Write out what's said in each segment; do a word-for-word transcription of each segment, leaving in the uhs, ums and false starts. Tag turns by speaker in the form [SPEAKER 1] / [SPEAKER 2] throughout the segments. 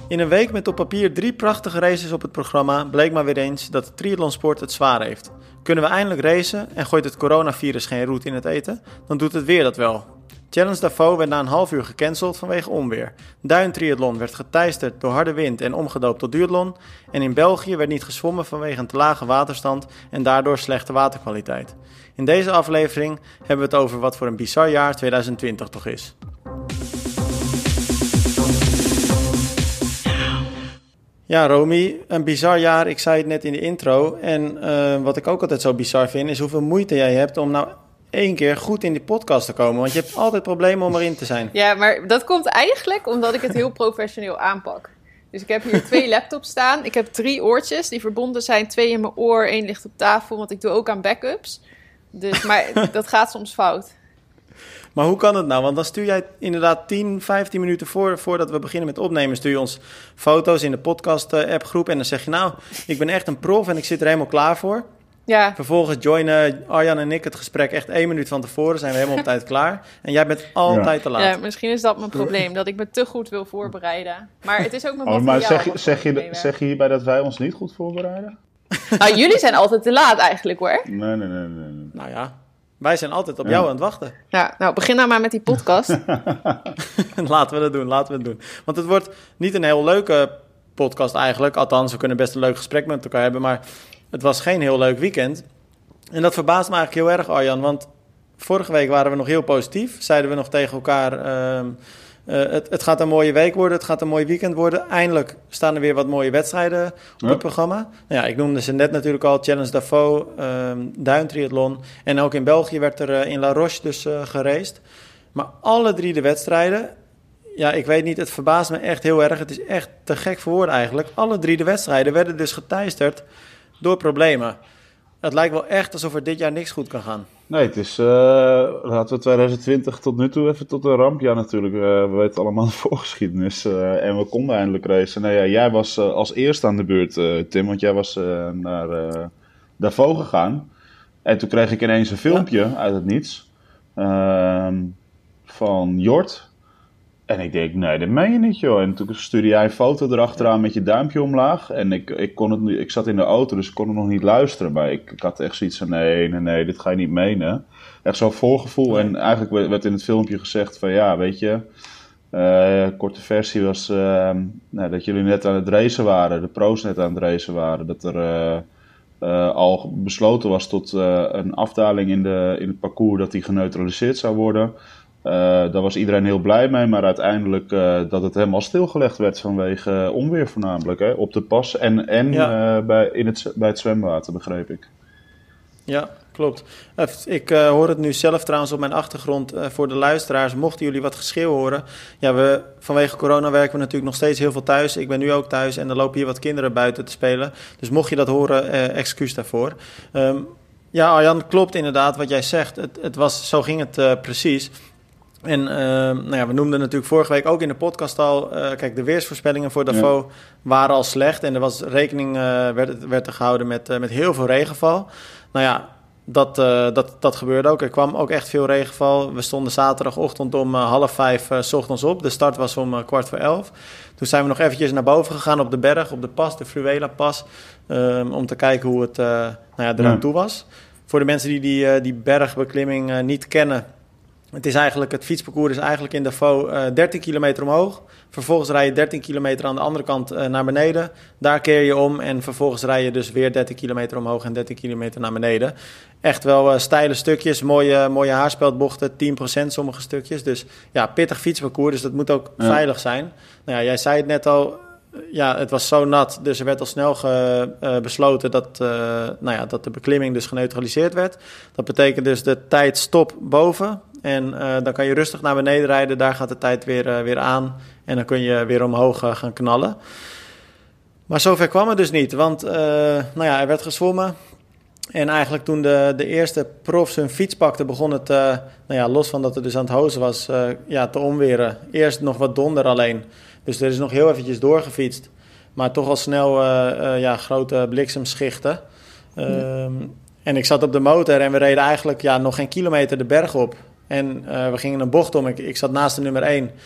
[SPEAKER 1] In een week met op papier drie prachtige races op het programma bleek maar weer eens dat de triathlonsport het zwaar heeft. Kunnen we eindelijk racen en gooit het coronavirus geen roet in het eten, dan doet het weer dat wel. Challenge Davos werd na een half uur gecanceld vanwege onweer. Duintriathlon werd geteisterd door harde wind en omgedoopt tot duathlon. En in België werd niet gezwommen vanwege een te lage waterstand en daardoor slechte waterkwaliteit. In deze aflevering hebben we het over wat voor een bizar jaar tweeduizend twintig toch is. Ja, Romy, een bizar jaar. Ik zei het net in de intro. En uh, wat ik ook altijd zo bizar vind, is hoeveel moeite jij hebt om nou één keer goed in die podcast te komen. Want je hebt altijd problemen om erin te zijn.
[SPEAKER 2] Ja, maar dat komt eigenlijk omdat ik het heel professioneel aanpak. Dus ik heb hier twee laptops staan. Ik heb drie oortjes die verbonden zijn. Twee in mijn oor, één ligt op tafel, want ik doe ook aan backups. Dus, maar dat gaat soms fout.
[SPEAKER 1] Maar hoe kan het nou? Want dan stuur jij inderdaad tien, vijftien minuten voor, voordat we beginnen met opnemen, stuur je ons foto's in de podcast-appgroep. En dan zeg je, nou, ik ben echt een prof en ik zit er helemaal klaar voor.
[SPEAKER 2] Ja.
[SPEAKER 1] Vervolgens joinen Arjan en ik het gesprek echt één minuut van tevoren. Zijn we helemaal op tijd klaar. En jij bent altijd
[SPEAKER 3] ja.
[SPEAKER 1] te laat.
[SPEAKER 2] Ja, misschien is dat mijn probleem, dat ik me te goed wil voorbereiden. Maar het is ook mijn
[SPEAKER 3] oh,
[SPEAKER 2] materiaal.
[SPEAKER 3] Maar zeg je, zeg, je, zeg je hierbij dat wij ons niet goed voorbereiden?
[SPEAKER 2] Nou, jullie zijn altijd te laat eigenlijk, hoor.
[SPEAKER 3] Nee, nee, nee, nee. nee.
[SPEAKER 1] Nou ja, wij zijn altijd op
[SPEAKER 3] ja.
[SPEAKER 1] jou aan het wachten.
[SPEAKER 2] Ja, nou, begin nou maar met die podcast.
[SPEAKER 1] Laten we dat doen, laten we het doen. Want het wordt niet een heel leuke podcast eigenlijk. Althans, we kunnen best een leuk gesprek met elkaar hebben. Maar het was geen heel leuk weekend. En dat verbaast me eigenlijk heel erg, Arjan. Want vorige week waren we nog heel positief. Zeiden we nog tegen elkaar, uh, uh, het, het gaat een mooie week worden. Het gaat een mooi weekend worden. Eindelijk staan er weer wat mooie wedstrijden op
[SPEAKER 3] ja.
[SPEAKER 1] het programma. Nou ja, ik noemde ze net natuurlijk al. Challenge Davos, uh, Duintriathlon. En ook in België werd er uh, in La Roche dus uh, geraced. Maar alle drie de wedstrijden, ja, ik weet niet, het verbaast me echt heel erg. Het is echt te gek voor woorden eigenlijk. Alle drie de wedstrijden werden dus geteisterd door problemen. Het lijkt wel echt alsof er dit jaar niks goed kan gaan.
[SPEAKER 3] Nee, het is, uh, laten we tweeduizend twintig tot nu toe even tot een rampjaar natuurlijk. Uh, we weten allemaal de voorgeschiedenis. Uh, en we konden eindelijk racen. Nou ja, jij was uh, als eerste aan de beurt, uh, Tim, want jij was uh, naar uh, Davos gegaan. En toen kreeg ik ineens een filmpje ja. uit het niets uh, van Jort. En ik denk, nee, dat meen je niet, joh. En toen stuurde jij een foto erachteraan met je duimpje omlaag. En ik, ik, kon het, ik zat in de auto, dus ik kon het nog niet luisteren. Maar ik, ik had echt zoiets van, nee, nee, nee, dit ga je niet menen. Echt zo'n voorgevoel. En eigenlijk werd in het filmpje gezegd van, ja, weet je... Uh, korte versie was uh, nou, dat jullie net aan het racen waren. De pro's net aan het racen waren. Dat er uh, uh, al besloten was tot uh, een afdaling in, de, in het parcours... dat die geneutraliseerd zou worden... Uh, daar was iedereen heel blij mee, maar uiteindelijk uh, dat het helemaal stilgelegd werd vanwege uh, onweer voornamelijk, hè, op de pas en, en ja. uh, bij, in het, bij het zwemwater, begreep ik.
[SPEAKER 1] Ja, klopt. Uh, ik uh, hoor het nu zelf trouwens op mijn achtergrond uh, voor de luisteraars. Mochten jullie wat geschreeuw horen, ja, we, vanwege corona werken we natuurlijk nog steeds heel veel thuis. Ik ben nu ook thuis en er lopen hier wat kinderen buiten te spelen. Dus mocht je dat horen, uh, excuus daarvoor. Um, ja, Arjan, klopt inderdaad wat jij zegt. Het, het was, zo ging het uh, precies. En uh, nou ja, we noemden natuurlijk vorige week ook in de podcast al... Uh, kijk, de weersvoorspellingen voor Davos ja. waren al slecht... en er was rekening uh, werd, werd er gehouden met, uh, met heel veel regenval. Nou ja, dat, uh, dat, dat gebeurde ook. Er kwam ook echt veel regenval. We stonden zaterdagochtend om uh, half vijf uh, 's ochtends op. De start was om uh, kwart voor elf. Toen zijn we nog eventjes naar boven gegaan op de berg, op de pas, de Fruela-pas... Um, om te kijken hoe het uh, nou ja, eraan ja. toe was. Voor de mensen die die, uh, die bergbeklimming uh, niet kennen... Het is eigenlijk, het fietsparcours is eigenlijk in Davos uh, dertien kilometer omhoog. Vervolgens rij je dertien kilometer aan de andere kant uh, naar beneden. Daar keer je om en vervolgens rij je dus weer dertien kilometer omhoog en dertien kilometer naar beneden. Echt wel uh, steile stukjes, mooie, mooie haarspeldbochten, tien procent sommige stukjes. Dus ja, pittig fietsparcours, dus dat moet ook ja. veilig zijn. Nou ja, jij zei het net al, ja, het was zo nat, dus er werd al snel ge, uh, besloten dat, uh, nou ja, dat de beklimming dus geneutraliseerd werd. Dat betekent dus de tijd stop boven. En uh, dan kan je rustig naar beneden rijden. Daar gaat de tijd weer, uh, weer aan. En dan kun je weer omhoog uh, gaan knallen. Maar zover kwam het dus niet. Want uh, nou ja, er werd gezwommen. En eigenlijk toen de, de eerste profs hun fiets pakten... begon het, uh, nou ja, los van dat het dus aan het hozen was... Uh, ja, te onweren. Eerst nog wat donder alleen. Dus er is nog heel eventjes doorgefietst. Maar toch al snel uh, uh, ja, grote bliksemschichten. Uh, ja. En ik zat op de motor en we reden eigenlijk ja, nog geen kilometer de berg op... En uh, we gingen een bocht om. Ik, ik zat naast de nummer één.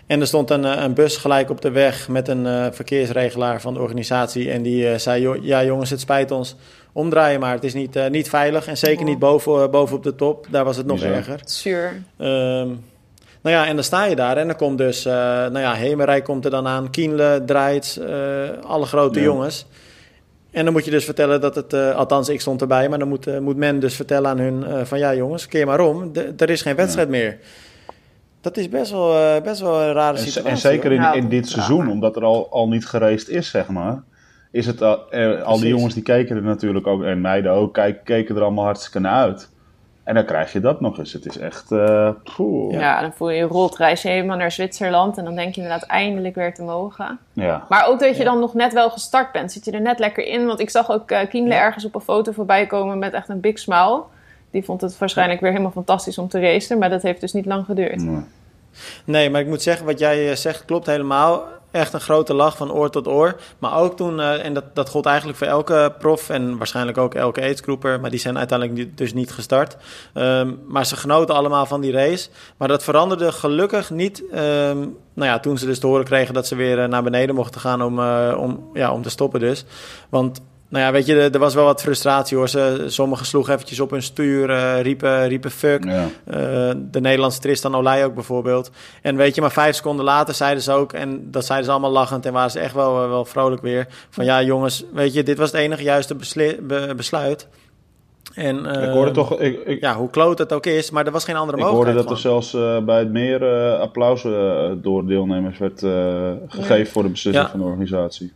[SPEAKER 1] En er stond een, een bus gelijk op de weg met een uh, verkeersregelaar van de organisatie. En die uh, zei, joh, ja jongens, het spijt ons, omdraaien maar. Het is niet, uh, niet veilig en zeker niet boven, uh, boven op de top. Daar was het nog
[SPEAKER 3] Bizar.
[SPEAKER 1] erger.
[SPEAKER 2] Zuur.
[SPEAKER 1] Um, nou ja, en dan sta je daar en dan komt dus, uh, nou ja, Hemerijk komt er dan aan, Kienle, Draits, uh, alle grote
[SPEAKER 3] ja.
[SPEAKER 1] jongens. En dan moet je dus vertellen dat het, uh, althans ik stond erbij, maar dan moet, uh, moet men dus vertellen aan hun uh, van ja jongens, keer maar om, de, er is geen wedstrijd ja. meer. Dat is best wel, uh, best wel een rare situatie.
[SPEAKER 3] En, en zeker in,
[SPEAKER 2] nou,
[SPEAKER 3] in dit seizoen,
[SPEAKER 2] ja.
[SPEAKER 3] omdat er al, al niet geraced is, zeg maar. Is het al, er, al die jongens die keken er natuurlijk ook, en meiden ook, kijk, keken er allemaal hartstikke naar uit. En dan krijg je dat nog eens. Het is echt... Uh,
[SPEAKER 2] ja. ja, dan voel je je rolt, reis je helemaal naar Zwitserland. En dan denk je inderdaad eindelijk weer te mogen.
[SPEAKER 3] Ja.
[SPEAKER 2] Maar ook dat je
[SPEAKER 1] ja.
[SPEAKER 2] dan nog net wel gestart bent. Zit je er net lekker in. Want ik zag ook uh, Kienle ja. ergens op een foto voorbij komen met echt een big smile. Die vond het waarschijnlijk weer helemaal fantastisch om te racen. Maar dat heeft dus niet lang geduurd.
[SPEAKER 3] Nee.
[SPEAKER 1] Nee, maar ik moet zeggen, wat jij zegt klopt helemaal. Echt een grote lach van oor tot oor. Maar ook toen, uh, en dat, dat gold eigenlijk voor elke prof en waarschijnlijk ook elke agegroeper, maar die zijn uiteindelijk dus niet gestart. Um, maar ze genoten allemaal van die race. Maar dat veranderde gelukkig niet, um, nou ja, toen ze dus te horen kregen dat ze weer uh, naar beneden mochten gaan om, uh, om, ja, om te stoppen dus. Want... Nou ja, weet je, er, er was wel wat frustratie hoor. Ze, sommigen sloegen eventjes op hun stuur, uh, riepen, riepen fuck. Ja. Uh, de Nederlandse Tristan Olij ook bijvoorbeeld. En weet je, maar vijf seconden later zeiden ze ook... en dat zeiden ze allemaal lachend en waren ze echt wel, wel vrolijk weer... van ja jongens, weet je, dit was het enige juiste besli- be- besluit. En, uh,
[SPEAKER 3] ik hoorde toch... Ik, ik,
[SPEAKER 1] ja, hoe kloot het ook is, maar er was geen andere
[SPEAKER 3] ik
[SPEAKER 1] mogelijkheid.
[SPEAKER 3] Ik hoorde dat er zelfs uh, bij het meer uh, applaus uh, door deelnemers werd uh, gegeven... Ja. voor de beslissing ja. van de organisatie.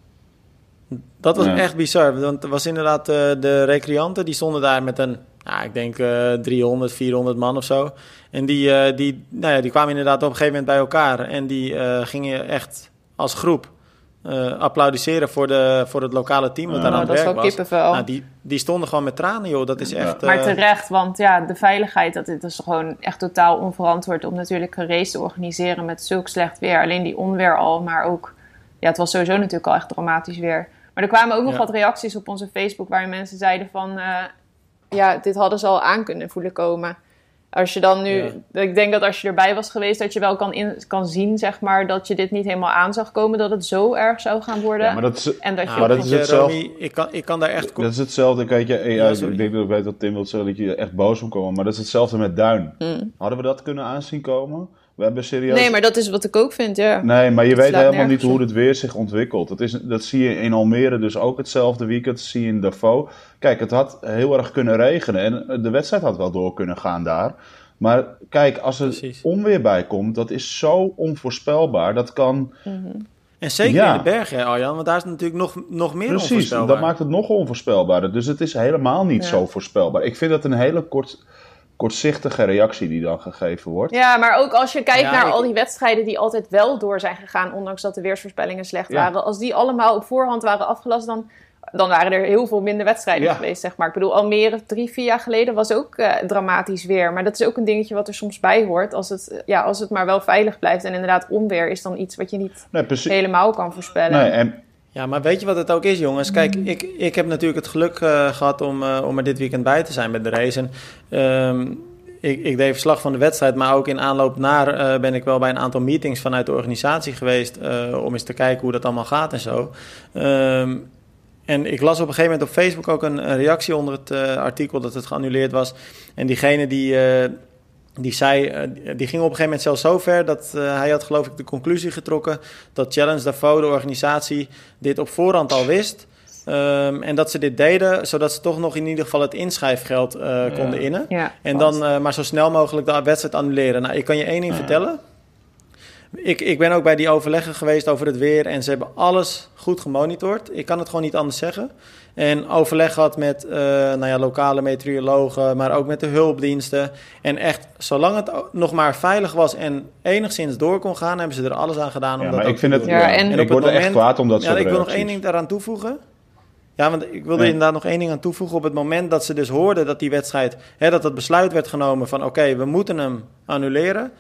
[SPEAKER 1] Dat was
[SPEAKER 3] ja.
[SPEAKER 1] echt bizar, want er was inderdaad uh, de recreanten, die stonden daar met een, nou, ik denk uh, driehonderd, vierhonderd man of zo. En die, uh, die, nou ja, die kwamen inderdaad op een gegeven moment bij elkaar en die uh, gingen echt als groep uh, applaudisseren voor, de, voor het lokale team wat ja. daar aan het werk was.
[SPEAKER 2] Kippenvel.
[SPEAKER 1] Nou, die, die stonden gewoon met tranen, joh, dat is echt...
[SPEAKER 2] Ja. Maar
[SPEAKER 1] uh,
[SPEAKER 2] terecht, want ja, de veiligheid, dat is gewoon echt totaal onverantwoord om natuurlijk een race te organiseren met zulk slecht weer. Alleen die onweer al, maar ook, ja, het was sowieso natuurlijk al echt dramatisch weer. Maar er kwamen ook nog ja. wat reacties op onze Facebook waarin mensen zeiden van... Uh, ja, dit hadden ze al aan kunnen voelen komen. Als je dan nu... Ja. Ik denk dat als je erbij was geweest, dat je wel kan, in, kan zien, zeg maar... dat je dit niet helemaal aan zag komen, dat het zo erg zou gaan worden.
[SPEAKER 3] Ja, maar dat is,
[SPEAKER 2] en dat
[SPEAKER 1] nou,
[SPEAKER 2] je
[SPEAKER 1] maar dat is hetzelfde. Ik kan, ik kan daar echt...
[SPEAKER 3] Dat is hetzelfde. Kijk, ja, ja, ik denk dat ik weet wat Tim wil zeggen, dat je echt boos moet komen. Maar dat is hetzelfde met Duin. Mm. Hadden we dat kunnen aanzien komen? We hebben serieus...
[SPEAKER 2] Nee, maar dat is wat ik ook vind, ja.
[SPEAKER 3] Nee, maar je
[SPEAKER 2] het
[SPEAKER 3] weet helemaal niet hoe
[SPEAKER 2] op.
[SPEAKER 3] het weer zich ontwikkelt. Dat, is, dat zie je in Almere dus ook hetzelfde weekend. Dat zie je in Davos. Kijk, het had heel erg kunnen regenen. En de wedstrijd had wel door kunnen gaan daar. Maar kijk, als er Precies. onweer bij komt, dat is zo onvoorspelbaar. Dat kan...
[SPEAKER 2] Mm-hmm.
[SPEAKER 1] En zeker ja. in de bergen, hè, Arjan, want daar is het natuurlijk nog, nog meer
[SPEAKER 3] Precies,
[SPEAKER 1] onvoorspelbaar.
[SPEAKER 3] dat maakt het nog onvoorspelbaarder. Dus het is helemaal niet ja. zo voorspelbaar. Ik vind dat een hele kort... kortzichtige reactie die dan gegeven wordt.
[SPEAKER 2] Ja, maar ook als je kijkt ja, naar
[SPEAKER 1] ik...
[SPEAKER 2] al die wedstrijden die altijd wel door zijn gegaan, ondanks dat de weersvoorspellingen slecht ja. waren. Als die allemaal op voorhand waren afgelast, dan, dan waren er heel veel minder wedstrijden ja. geweest, zeg maar. Ik bedoel, Almere drie, vier jaar geleden was ook uh, dramatisch weer. Maar dat is ook een dingetje wat er soms bij hoort. Als het, ja, als het maar wel veilig blijft. En inderdaad, onweer is dan iets wat je niet nee, helemaal kan voorspellen.
[SPEAKER 3] Nee, en...
[SPEAKER 1] Ja, maar weet je wat het ook is, jongens? Kijk, ik, ik heb natuurlijk het geluk uh, gehad om, uh, om er dit weekend bij te zijn met de race. En, um, ik, ik deed verslag van de wedstrijd, maar ook in aanloop naar uh, ben ik wel bij een aantal meetings vanuit de organisatie geweest uh, om eens te kijken hoe dat allemaal gaat en zo. Um, en ik las op een gegeven moment op Facebook ook een, een reactie onder het uh, artikel dat het geannuleerd was. En diegene die... Uh, Die, zei, die ging op een gegeven moment zelfs zo ver dat uh, hij had geloof ik de conclusie getrokken dat Challenge Davos, de organisatie, dit op voorhand al wist. Um, en dat ze dit deden, zodat ze toch nog in ieder geval het inschrijfgeld uh, ja. konden innen.
[SPEAKER 2] Ja,
[SPEAKER 1] en dan uh, maar zo snel mogelijk de wedstrijd annuleren. Nou, ik kan je één ding ja. vertellen. Ik, ik ben ook bij die overleggen geweest over het weer en ze hebben alles goed gemonitord. Ik kan het gewoon niet anders zeggen. En overleg gehad met uh, nou ja, lokale meteorologen, maar ook met de hulpdiensten. En echt, zolang het nog maar veilig was en enigszins door kon gaan, hebben ze er alles aan gedaan om
[SPEAKER 3] ja,
[SPEAKER 1] dat
[SPEAKER 3] maar
[SPEAKER 1] ook
[SPEAKER 3] ik vind
[SPEAKER 1] te
[SPEAKER 3] het,
[SPEAKER 1] doen.
[SPEAKER 3] ja, en, en ik word er echt kwaad om dat
[SPEAKER 1] ja,
[SPEAKER 3] soort
[SPEAKER 1] ik wil
[SPEAKER 3] reacties.
[SPEAKER 1] nog één ding daaraan toevoegen. Ja, want ik wilde
[SPEAKER 3] ja.
[SPEAKER 1] inderdaad nog één ding aan toevoegen. Op het moment dat ze dus hoorden dat die wedstrijd, hè, dat het besluit werd genomen van oké, okay, we moeten hem annuleren.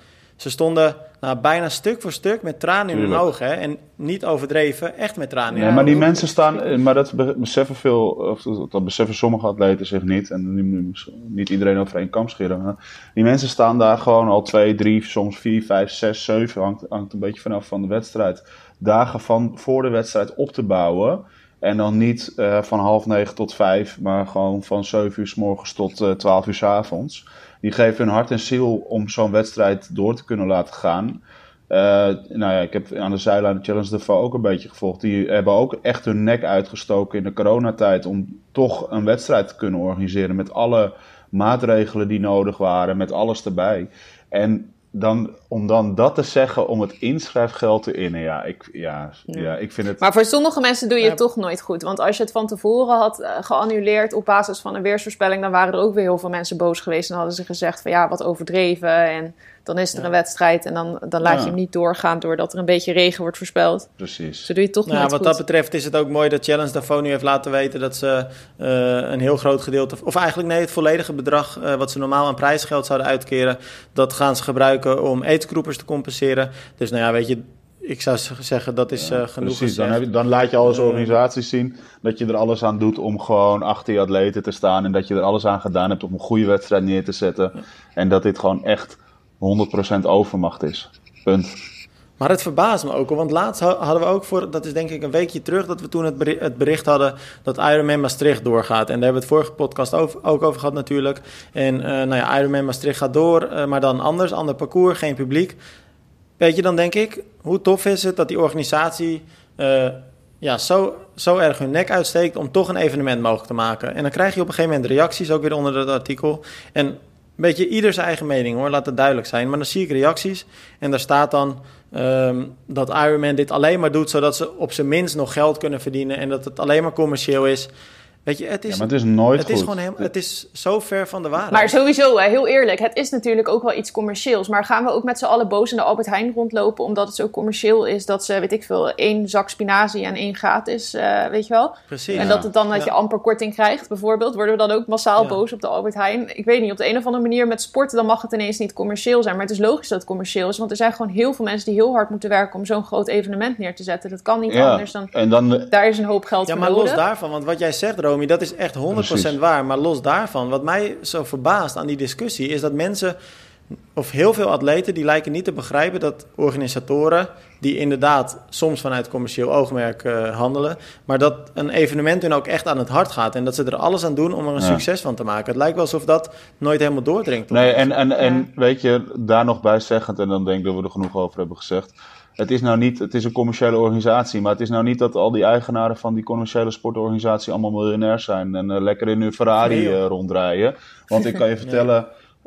[SPEAKER 1] Ze stonden nou, bijna stuk voor stuk met tranen in hun ogen. Hè? En niet overdreven, echt met tranen in hun
[SPEAKER 3] nee,
[SPEAKER 1] ogen.
[SPEAKER 3] maar die mensen staan, maar dat beseffen veel, of dat beseffen sommige atleten zich niet. En niet iedereen over één kam scheren. Maar die mensen staan daar gewoon al twee, drie, soms vier, vijf, zes, zeven, hangt, hangt een beetje vanaf van de wedstrijd. Dagen van voor de wedstrijd op te bouwen. En dan niet uh, van half negen tot vijf, maar gewoon van zeven uur 's morgens tot uh, twaalf uur 's avonds. Die geven hun hart en ziel om zo'n wedstrijd door te kunnen laten gaan. Uh, nou ja, ik heb aan de zijlijn de Challenge Davos ook een beetje gevolgd. Die hebben ook echt hun nek uitgestoken in de coronatijd om toch een wedstrijd te kunnen organiseren met alle maatregelen die nodig waren, met alles erbij. En dan, om dan dat te zeggen om het inschrijfgeld te innen, ja, ik, ja, ja. ja, ik vind het...
[SPEAKER 2] Maar voor sommige mensen doe je het
[SPEAKER 1] Ja.
[SPEAKER 2] toch nooit goed. Want als je het van tevoren had uh, geannuleerd op basis van een weersvoorspelling, dan waren er ook weer heel veel mensen boos geweest. En dan hadden ze gezegd van ja, wat overdreven. En dan is er
[SPEAKER 1] Ja.
[SPEAKER 2] een wedstrijd en dan, dan laat
[SPEAKER 3] Ja.
[SPEAKER 2] je hem niet doorgaan doordat er een beetje regen wordt voorspeld.
[SPEAKER 3] Precies.
[SPEAKER 2] Zo doe je het toch
[SPEAKER 1] Nou,
[SPEAKER 2] nooit
[SPEAKER 1] wat
[SPEAKER 2] goed.
[SPEAKER 1] dat betreft is het ook mooi dat Challenge Davos nu heeft laten weten dat ze uh, een heel groot gedeelte, of eigenlijk nee, het volledige bedrag uh, wat ze normaal aan prijsgeld zouden uitkeren, dat gaan ze gebruiken om aidsgroepers te compenseren. Dus nou ja, weet je, ik zou zeggen dat is uh,
[SPEAKER 3] Ja,
[SPEAKER 1] genoeg
[SPEAKER 3] precies, dan,
[SPEAKER 1] gezegd.
[SPEAKER 3] heb je, dan laat je al als
[SPEAKER 1] Uh,
[SPEAKER 3] organisatie zien dat je er alles aan doet om gewoon achter je atleten te staan. En dat je er alles aan gedaan hebt om een goede wedstrijd neer te zetten.
[SPEAKER 1] Ja.
[SPEAKER 3] En dat dit gewoon echt honderd procent overmacht is. Punt.
[SPEAKER 1] Maar het verbaast me ook, want laatst hadden we ook voor, dat is denk ik een weekje terug, dat we toen het bericht, het bericht hadden dat Ironman Maastricht doorgaat. En daar hebben we het vorige podcast over, ook over gehad natuurlijk. En uh, nou ja, Ironman Maastricht gaat door, uh, maar dan anders, ander parcours, geen publiek. Weet je, dan denk ik, hoe tof is het dat die organisatie uh, ja, zo, zo erg hun nek uitsteekt om toch een evenement mogelijk te maken. En dan krijg je op een gegeven moment reacties, ook weer onder dat artikel. En een beetje ieder zijn eigen mening hoor, laat het duidelijk zijn. Maar dan zie ik reacties en daar staat dan um, dat Ironman dit alleen maar doet zodat ze op zijn minst nog geld kunnen verdienen en dat het alleen maar commercieel is. Weet je, het is,
[SPEAKER 3] Ja, maar het is nooit
[SPEAKER 1] het
[SPEAKER 3] goed.
[SPEAKER 1] is gewoon helemaal, het is zo ver van de waarheid.
[SPEAKER 2] Maar sowieso, hè, heel eerlijk, het is natuurlijk ook wel iets commercieels. Maar gaan we ook met z'n allen boos in de Albert Heijn rondlopen omdat het zo commercieel is dat ze, weet ik veel, één zak spinazie en één gratis, uh, weet je wel?
[SPEAKER 1] Precies.
[SPEAKER 2] En
[SPEAKER 3] Ja.
[SPEAKER 2] dat het dan dat
[SPEAKER 1] Ja.
[SPEAKER 2] je amper korting krijgt, bijvoorbeeld. Worden we dan ook massaal
[SPEAKER 1] Ja.
[SPEAKER 2] boos op de Albert Heijn? Ik weet niet, op de een of andere manier met sporten, dan mag het ineens niet commercieel zijn. Maar het is logisch dat het commercieel is, want er zijn gewoon heel veel mensen die heel hard moeten werken om zo'n groot evenement neer te zetten. Dat kan niet
[SPEAKER 3] Ja,
[SPEAKER 2] anders dan,
[SPEAKER 3] en dan,
[SPEAKER 2] daar is een hoop geld
[SPEAKER 1] Ja,
[SPEAKER 2] voor
[SPEAKER 1] maar
[SPEAKER 2] nodig.
[SPEAKER 1] los daarvan, want wat jij zegt, Romy, dat is echt honderd procent
[SPEAKER 3] Precies.
[SPEAKER 1] waar. Maar los daarvan, wat mij zo verbaast aan die discussie, is dat mensen, of heel veel atleten, die lijken niet te begrijpen dat organisatoren, die inderdaad soms vanuit commercieel oogmerk uh, handelen, maar dat een evenement hun ook echt aan het hart gaat en dat ze er alles aan doen om er een
[SPEAKER 3] Ja.
[SPEAKER 1] succes van te maken. Het lijkt wel alsof dat nooit helemaal doordringt. tot
[SPEAKER 3] nee,
[SPEAKER 1] ons.
[SPEAKER 3] en, en, en
[SPEAKER 2] Ja.
[SPEAKER 3] weet je, daar nog bij zeggend, en dan denk ik dat we er genoeg over hebben gezegd. Het is nou niet, het is een commerciële organisatie, maar het is nou niet dat al die eigenaren van die commerciële sportorganisatie allemaal miljonair zijn en uh, lekker in hun Ferrari
[SPEAKER 1] Nee, joh.
[SPEAKER 3] uh, rondrijden. Want ik kan je vertellen,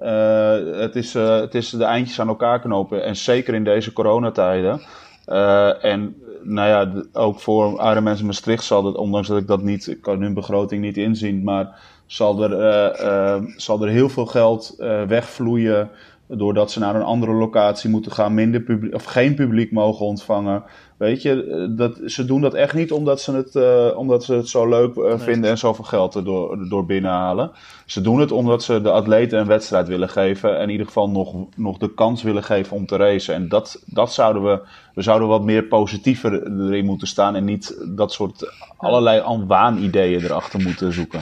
[SPEAKER 3] uh, het, is, uh, het is de eindjes aan elkaar knopen en zeker in deze coronatijden. Uh, en nou ja, d- ook voor Ironman Maastricht zal het, ondanks dat ik dat niet, ik kan hun begroting niet inzien, maar zal er, uh, uh, zal er heel veel geld uh, wegvloeien doordat ze naar een andere locatie moeten gaan, minder publiek, of geen publiek mogen ontvangen. Weet je, dat, ze doen dat echt niet omdat ze het, uh, omdat ze het zo leuk uh, vinden en zoveel geld erdoor, erdoor binnenhalen. Ze doen het omdat ze de atleten een wedstrijd willen geven en in ieder geval nog, nog de kans willen geven om te racen. En dat, dat zouden we, we zouden wat meer positiever erin moeten staan en niet dat soort allerlei waanideeën erachter moeten zoeken.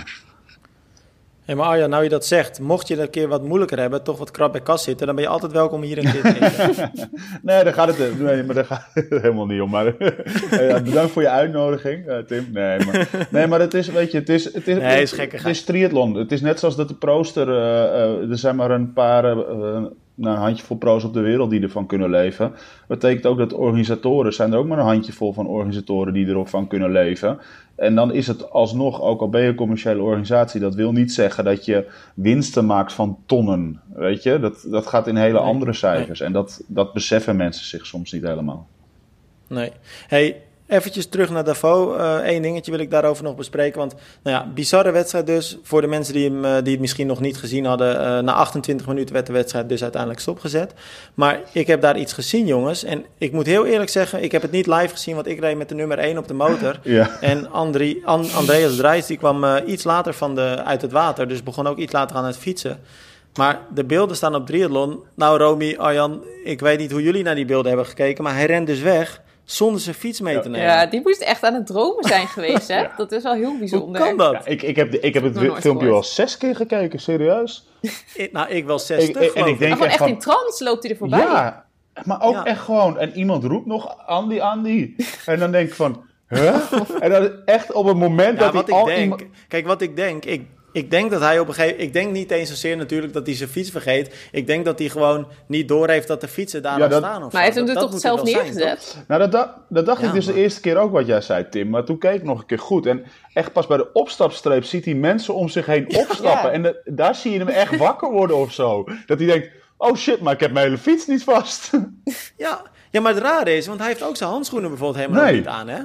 [SPEAKER 1] Hey, maar Arjan, nou je dat zegt, mocht je een keer wat moeilijker hebben, toch wat krap bij kas zitten, dan ben je altijd welkom hier een keer te eten.
[SPEAKER 3] Nee, daar gaat het, nee, maar daar gaat het helemaal niet om. Maar, ja, bedankt voor je uitnodiging, uh, Tim. Nee, maar, nee, maar het is, weet je, het is, het is,
[SPEAKER 1] Nee, is
[SPEAKER 3] het,
[SPEAKER 1] gekkigheid.
[SPEAKER 3] het is triathlon. Het is net zoals dat de pro's er, uh, uh, er zijn maar een paar, uh, nou, een handjevol pro's op de wereld die ervan kunnen leven. Dat betekent ook dat organisatoren, zijn er ook maar een handjevol van organisatoren die ervan kunnen leven. En dan is het alsnog, ook al ben je een commerciële organisatie, dat wil niet zeggen dat je winsten maakt van tonnen. Weet je, dat, dat gaat in hele
[SPEAKER 1] Nee,
[SPEAKER 3] andere cijfers. En dat, dat beseffen mensen zich soms niet helemaal.
[SPEAKER 1] Nee. Hey, eventjes terug naar Davos. Eén uh, dingetje wil ik daarover nog bespreken. Want, nou ja, bizarre wedstrijd dus. Voor de mensen die, hem, uh, die het misschien nog niet gezien hadden. Uh, na achtentwintig minuten werd de wedstrijd dus uiteindelijk stopgezet. Maar ik heb daar iets gezien, jongens. En ik moet heel eerlijk zeggen, ik heb het niet live gezien, want ik reed met de nummer één op de motor.
[SPEAKER 3] Ja.
[SPEAKER 1] En Andri, An, Andreas Drijs, die kwam uh, iets later van de, uit het water. Dus begon ook iets later aan het fietsen. Maar de beelden staan op Triathlon. Nou, Romy, Arjan, ik weet niet hoe jullie naar die beelden hebben gekeken, maar hij rent dus weg zonder zijn fiets mee te nemen.
[SPEAKER 2] Ja, die moest echt aan het dromen zijn geweest, hè?
[SPEAKER 3] Ja.
[SPEAKER 2] Dat is wel heel bijzonder.
[SPEAKER 1] Hoe kan dat?
[SPEAKER 3] Ja, ik, ik heb, ik heb het
[SPEAKER 2] Nog nooit
[SPEAKER 3] filmpje
[SPEAKER 2] gehoord.
[SPEAKER 3] al zes keer gekeken, serieus.
[SPEAKER 1] Ik, nou, ik wel zes
[SPEAKER 3] Ik-
[SPEAKER 1] stuk,
[SPEAKER 3] ik- en
[SPEAKER 1] geloof
[SPEAKER 3] ik denk-
[SPEAKER 2] Maar gewoon echt
[SPEAKER 3] van-
[SPEAKER 2] in trance loopt hij er voorbij.
[SPEAKER 3] Ja, maar ook
[SPEAKER 1] Ja.
[SPEAKER 3] echt gewoon. En iemand roept nog Andy, Andy. En dan denk ik van, huh? En dan echt op het moment
[SPEAKER 1] Ja,
[SPEAKER 3] dat
[SPEAKER 1] wat
[SPEAKER 3] hij
[SPEAKER 1] ik
[SPEAKER 3] al
[SPEAKER 1] denk...
[SPEAKER 3] iemand...
[SPEAKER 1] Kijk, wat ik denk... Ik, ik denk dat hij op een gegeven... Ik denk niet eens zozeer natuurlijk dat hij zijn fiets vergeet. Ik denk dat hij gewoon niet doorheeft dat de fietsen daar
[SPEAKER 3] Ja,
[SPEAKER 1] al
[SPEAKER 3] dat-
[SPEAKER 1] staan. Of
[SPEAKER 2] Maar hij
[SPEAKER 1] zo.
[SPEAKER 2] heeft hem er
[SPEAKER 1] Dat-
[SPEAKER 2] toch
[SPEAKER 1] dat
[SPEAKER 2] zelf
[SPEAKER 1] moet het wel zijn,
[SPEAKER 2] neergezet?
[SPEAKER 1] toch?
[SPEAKER 3] Nou, dat, da- dat dacht
[SPEAKER 1] Ja,
[SPEAKER 3] ik dus
[SPEAKER 1] maar-
[SPEAKER 3] de eerste keer ook wat jij zei, Tim. Maar toen keek ik nog een keer goed. En echt pas bij de opstapstreep ziet hij mensen om zich heen opstappen.
[SPEAKER 2] Ja.
[SPEAKER 3] En de- daar zie je hem echt wakker worden of zo. Dat hij denkt, oh shit, maar ik heb mijn hele fiets niet vast.
[SPEAKER 1] Ja. ja, maar het rare is... Want hij heeft ook zijn handschoenen bijvoorbeeld helemaal
[SPEAKER 3] Nee.
[SPEAKER 1] nog niet aan, hè?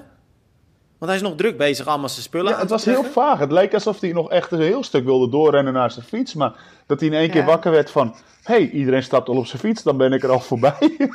[SPEAKER 1] Want hij is nog druk bezig allemaal zijn spullen
[SPEAKER 3] Ja,
[SPEAKER 1] aan
[SPEAKER 3] het
[SPEAKER 1] te
[SPEAKER 3] was heel
[SPEAKER 1] trekken.
[SPEAKER 3] vaag. Het leek alsof hij nog echt een heel stuk wilde doorrennen naar zijn fiets. Maar dat hij in één keer
[SPEAKER 2] Ja.
[SPEAKER 3] wakker werd van... Hé, hey, iedereen stapt al op zijn fiets, dan ben ik er al voorbij.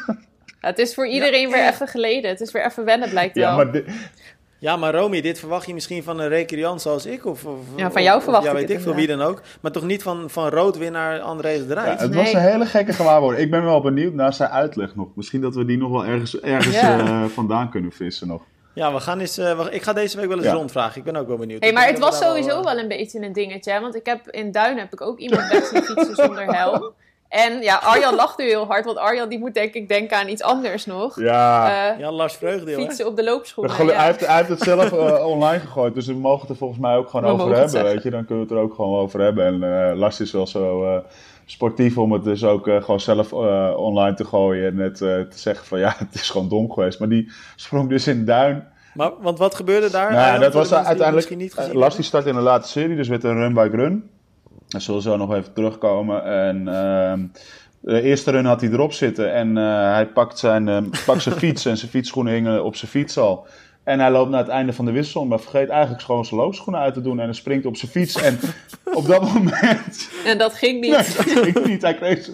[SPEAKER 2] Ja, het is voor iedereen
[SPEAKER 1] Ja,
[SPEAKER 2] weer
[SPEAKER 1] ja.
[SPEAKER 2] even geleden. Het is weer even wennen, blijkt
[SPEAKER 3] Ja,
[SPEAKER 2] wel.
[SPEAKER 3] maar di-
[SPEAKER 1] Ja, maar Romy, dit verwacht je misschien van een recreant zoals ik? Of, of,
[SPEAKER 2] Ja, van jou
[SPEAKER 1] of-
[SPEAKER 2] verwacht
[SPEAKER 1] of,
[SPEAKER 2] ik
[SPEAKER 1] ja,
[SPEAKER 2] het
[SPEAKER 1] weet ik veel wie dan ook. Maar toch niet van, van roodwinnaar Andrés de
[SPEAKER 3] ja,
[SPEAKER 1] Rijt?
[SPEAKER 3] het
[SPEAKER 2] Nee.
[SPEAKER 3] was een hele gekke gewaarwording. Ik ben wel benieuwd naar zijn uitleg nog. Misschien dat we die nog wel ergens, ergens
[SPEAKER 2] Ja.
[SPEAKER 3] eh, vandaan kunnen vissen nog.
[SPEAKER 1] Ja, we gaan eens, uh, we, ik ga deze week wel eens
[SPEAKER 3] Ja.
[SPEAKER 1] rondvragen. Ik ben ook wel benieuwd.
[SPEAKER 2] Hey,
[SPEAKER 1] Ik
[SPEAKER 2] maar
[SPEAKER 1] denk
[SPEAKER 2] het
[SPEAKER 1] dat
[SPEAKER 2] was
[SPEAKER 1] we daar
[SPEAKER 2] sowieso
[SPEAKER 1] wel,
[SPEAKER 2] wel een beetje een dingetje. Hè? Want ik heb in Duin heb ik ook iemand weg zien fietsen zonder helm. En ja, Arjan lacht nu heel hard. Want Arjan die moet denk ik denken aan iets anders nog.
[SPEAKER 3] Ja,
[SPEAKER 2] Eh,
[SPEAKER 1] Ja, Lars Vreugdeel, hè?
[SPEAKER 2] fietsen op de loopschoenen.
[SPEAKER 3] Gelu-
[SPEAKER 2] ja.
[SPEAKER 3] hij, heeft, hij heeft het zelf eh, online gegooid. Dus we mogen het er volgens mij ook gewoon
[SPEAKER 2] We
[SPEAKER 3] over
[SPEAKER 2] mogen het
[SPEAKER 3] hebben.
[SPEAKER 2] zeggen.
[SPEAKER 3] Weet je? Dan kunnen we het er ook gewoon over hebben. En eh, Lars is wel zo eh, sportief om het dus ook eh, gewoon zelf eh, online te gooien. En net eh, te zeggen van ja, het is gewoon dom geweest. Maar die sprong dus in Duin.
[SPEAKER 1] Maar, want wat gebeurde daar?
[SPEAKER 3] Nou, ja,
[SPEAKER 1] Arjan,
[SPEAKER 3] dat
[SPEAKER 1] voor
[SPEAKER 3] was
[SPEAKER 1] de mensen die het
[SPEAKER 3] uiteindelijk.
[SPEAKER 1] misschien niet
[SPEAKER 3] eh,
[SPEAKER 1] gezien
[SPEAKER 3] Lars die
[SPEAKER 1] hebben?
[SPEAKER 3] start in de late serie, dus werd een run by run. Daar zullen we zo nog even terugkomen. En ehm, de eerste run had hij erop zitten en eh, hij pakt zijn, eh, pakt zijn fiets en zijn fietsschoenen hingen op zijn fiets al. En hij loopt naar het einde van de wissel, maar vergeet eigenlijk gewoon zijn loopschoenen uit te doen. En hij springt op zijn fiets. En op dat moment.
[SPEAKER 2] En dat ging niet.
[SPEAKER 3] Nee, dat ging niet. Hij kreeg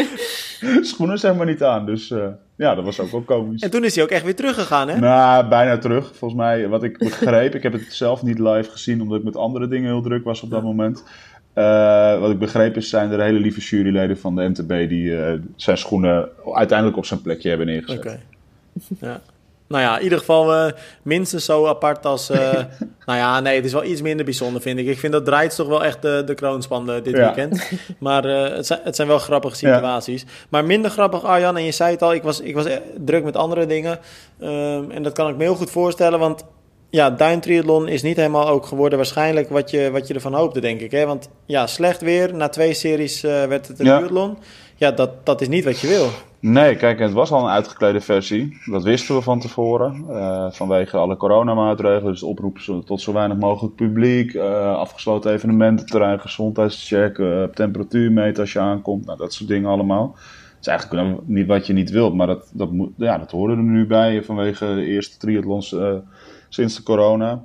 [SPEAKER 3] zijn schoenen zeg maar niet aan. Dus uh, ja, dat was ook wel komisch.
[SPEAKER 1] En toen is hij ook echt weer teruggegaan, hè?
[SPEAKER 3] Nou, bijna terug. Volgens mij, wat ik begreep. Ik heb het zelf niet live gezien, omdat ik met andere dingen heel druk was op dat moment. Uh, wat ik begreep is, zijn er hele lieve juryleden van de M T B die uh, zijn schoenen uiteindelijk op zijn plekje hebben neergezet.
[SPEAKER 1] Oké. Okay. Ja. Nou ja, in ieder geval uh, minstens zo apart als... Uh, nou ja, nee, het is wel iets minder bijzonder, vind ik. Ik vind dat draait toch wel echt de, de kroonspan uh, dit ja. weekend. Maar uh, het, zijn, het zijn wel grappige situaties. Ja. Maar minder grappig, Arjan, en je zei het al, ik was, ik was druk met andere dingen. Um, en dat kan ik me heel goed voorstellen, want... Ja, duintriathlon is niet helemaal ook geworden waarschijnlijk wat je, wat je ervan hoopte, denk ik. Hè? Want ja, slecht weer, na twee series uh, werd het een ja. duathlon. Ja, dat, dat is niet wat je wil.
[SPEAKER 3] Nee, kijk, het was al een uitgeklede versie. Dat wisten we van tevoren. Uh, vanwege alle coronamaatregelen, dus de oproep tot zo weinig mogelijk publiek. Uh, afgesloten evenemententerrein, gezondheidscheck, uh, temperatuur meten als je aankomt. Nou, dat soort dingen allemaal. Het is eigenlijk niet wat je niet wilt, maar dat, dat, moet, ja, dat hoorde er nu bij vanwege de eerste triathlons... Uh, sinds de corona.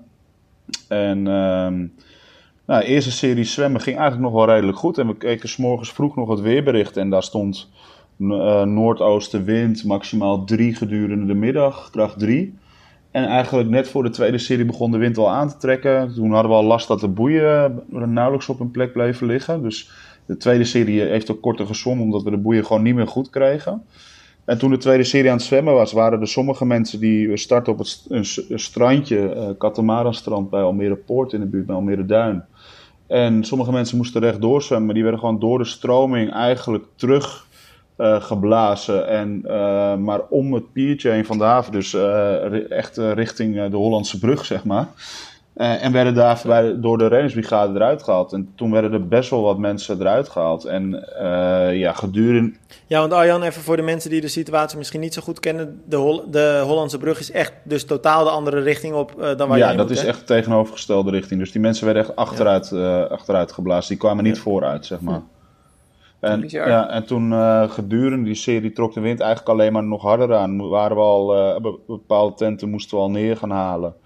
[SPEAKER 3] En um, nou, de eerste serie zwemmen ging eigenlijk nog wel redelijk goed. En we keken 's morgens vroeg nog het weerbericht. En daar stond uh, noordoostenwind, maximaal drie gedurende de middag, kracht drie. En eigenlijk net voor de tweede serie begon de wind al aan te trekken. Toen hadden we al last dat de boeien nauwelijks op hun plek bleven liggen. Dus de tweede serie heeft ook korter gezwommen, omdat we de boeien gewoon niet meer goed kregen. En toen de tweede serie aan het zwemmen was, waren er sommige mensen die startten op het een, een strandje, uh, Katamaran-strand bij Almere Poort in de buurt, bij Almere Duin. En sommige mensen moesten rechtdoor zwemmen, maar die werden gewoon door de stroming eigenlijk terug uh, geblazen. En, uh, maar om het piertje heen van de haven, dus uh, echt uh, richting uh, de Hollandse brug, zeg maar. Uh, en werden daar bij, door de reddingsbrigade eruit gehaald. En toen werden er best wel wat mensen eruit gehaald. En uh, ja, gedurende...
[SPEAKER 1] Ja, want Arjan, even voor de mensen die de situatie misschien niet zo goed kennen. De, Hol- de Hollandse brug is echt dus totaal de andere richting op uh, dan waar
[SPEAKER 3] ja,
[SPEAKER 1] je
[SPEAKER 3] Ja, dat
[SPEAKER 1] moet,
[SPEAKER 3] is
[SPEAKER 1] hè?
[SPEAKER 3] echt de tegenovergestelde richting. Dus die mensen werden echt achteruit, ja. uh, achteruit geblazen. Die kwamen niet ja. vooruit, zeg maar. Ja. En, ja, en toen uh, gedurende die serie trok de wind eigenlijk alleen maar nog harder aan. Waren we al, uh, bepaalde tenten moesten we al neer gaan halen.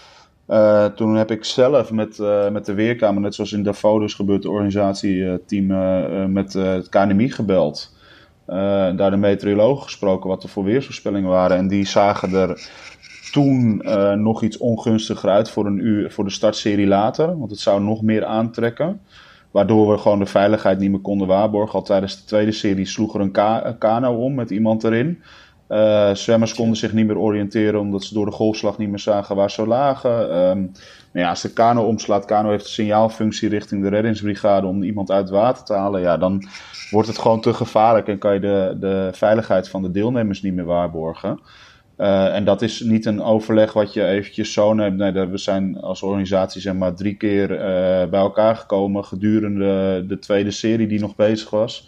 [SPEAKER 3] Uh, toen heb ik zelf met, uh, met de Weerkamer, net zoals in Davos dus gebeurt, het organisatieteam uh, uh, met uh, het K N M I gebeld. Uh, daar de meteorologen gesproken wat er voor weersvoorspellingen waren. En die zagen er toen uh, nog iets ongunstiger uit voor, een uur, voor de startserie later. Want het zou nog meer aantrekken. Waardoor we gewoon de veiligheid niet meer konden waarborgen. Al tijdens de tweede serie sloeg er een, ka- een kano om met iemand erin. Uh, zwemmers konden zich niet meer oriënteren omdat ze door de golfslag niet meer zagen waar ze lagen. Um, nou ja, als de kano omslaat, kano heeft een signaalfunctie richting de reddingsbrigade om iemand uit het water te halen. Ja, dan wordt het gewoon te gevaarlijk en kan je de, de veiligheid van de deelnemers niet meer waarborgen. Uh, en dat is niet een overleg wat je eventjes zo neemt. Nee, we zijn als organisatie zeg maar drie keer uh, bij elkaar gekomen gedurende de tweede serie die nog bezig was.